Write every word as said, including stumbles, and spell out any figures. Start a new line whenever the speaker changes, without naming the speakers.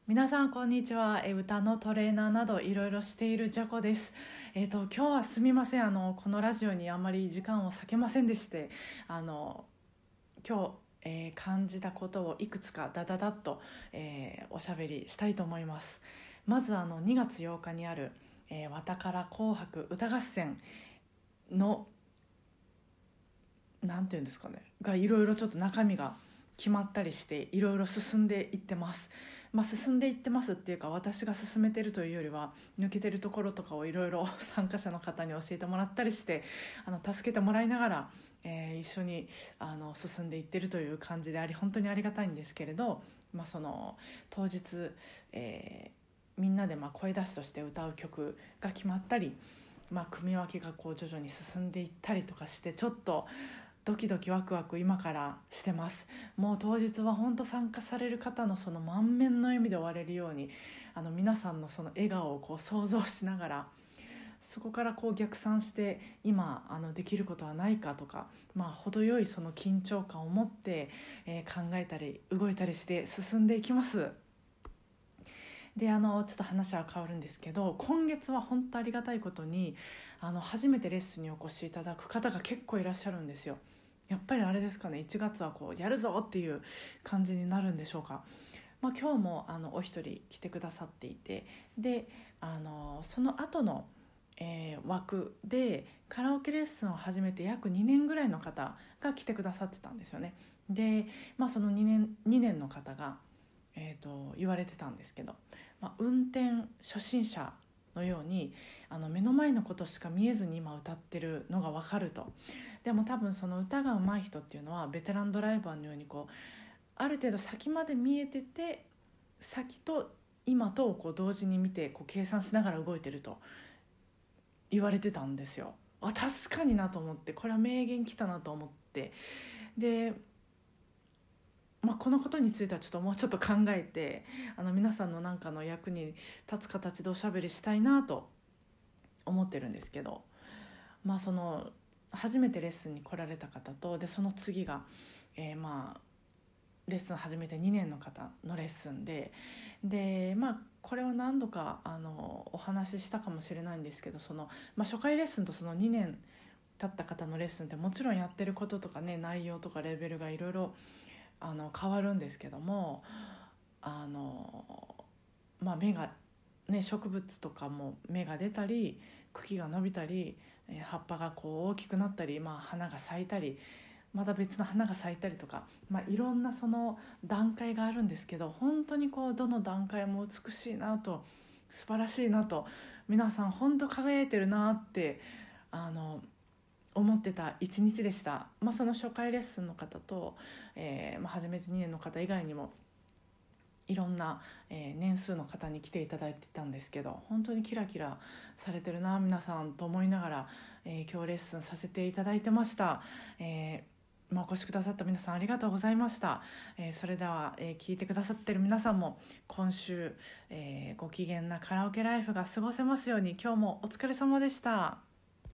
皆さんこんにちは。え歌のトレーナーなどいろいろしているジャコです。えっ、と今日はすみません。あのこのラジオにあまり時間を割けませんでして、あの今日、えー感じたことをいくつかダダダッと、えーおしゃべりしたいと思います。まずあのにがつようかにある、えー、わたから紅白歌合戦のなんていうんですかねがいろいろちょっと中身が決まったりしていろいろ進んでいってます。まあ、進んでいってますっていうか、私が進めてるというよりは抜けてるところとかをいろいろ参加者の方に教えてもらったりして、あの助けてもらいながら、えー一緒にあの進んでいってるという感じであり、本当にありがたいんですけれど、まあ、その当日、えーみんなでまあ声出しとして歌う曲が決まったり、まあ、組み分けがこう徐々に進んでいったりとかして、ちょっとドキドキワクワク今からしてます。もう当日は本当参加される方のその満面の笑みで終われるように、あの皆さんのその笑顔をこう想像しながら、そこからこう逆算して今あのできることはないかとか、まあ、程よいその緊張感を持って、えー考えたり動いたりして進んでいきます。であのちょっと話は変わるんですけど、今月は本当ありがたいことに、あの初めてレッスンにお越しいただく方が結構いらっしゃるんですよ。やっぱりあれですかね、いちがつはこうやるぞっていう感じになるんでしょうか。まあ、今日もあのお一人来てくださっていて、であのその後の、えー枠でカラオケレッスンを始めて約にねんぐらいの方が来てくださってたんですよね。で、まあ、その2年、にねんの方が、えー、と言われてたんですけど、まあ、運転初心者のようにあの目の前のことしか見えずに今歌ってるのが分かると。でも多分その歌が上手い人っていうのはベテランドライバーのようにこうある程度先まで見えてて、先と今とをこう同時に見てこう計算しながら動いてると言われてたんですよ。あ、確かになと思って、これは名言きたなと思って、で、まあ、このことについてはちょっともうちょっと考えて、あの皆さんのなんかの役に立つ形でおしゃべりしたいなと思ってるんですけど、まあその初めてレッスンに来られた方と、でその次が、えーまあレッスン始めてにねんの方のレッスンで、でまあこれは何度かあのお話ししたかもしれないんですけど、その、まあ、初回レッスンとそのにねん経った方のレッスンってもちろんやってることとかね、内容とかレベルがいろいろあの変わるんですけども、あの、まあ、芽が、ね、植物とかも芽が出たり茎が伸びたり、えー葉っぱがこう大きくなったり、まあ、花が咲いたり、また別の花が咲いたりとか、まあ、いろんなその段階があるんですけど、本当にこうどの段階も美しいなと、素晴らしいなと、皆さん本当輝いてるなってあの思ってた一日でした。まあ、その初回レッスンの方と、えーまあ、初めてにねんの方以外にもいろんな、えー年数の方に来ていただいてたんですけど、本当にキラキラされてるな皆さんと思いながら、えー今日レッスンさせていただいてました。えーまあ、お越しくださった皆さんありがとうございました。えーそれでは、えー聞いてくださってる皆さんも今週、えーご機嫌なカラオケライフが過ごせますように。今日もお疲れ様でした。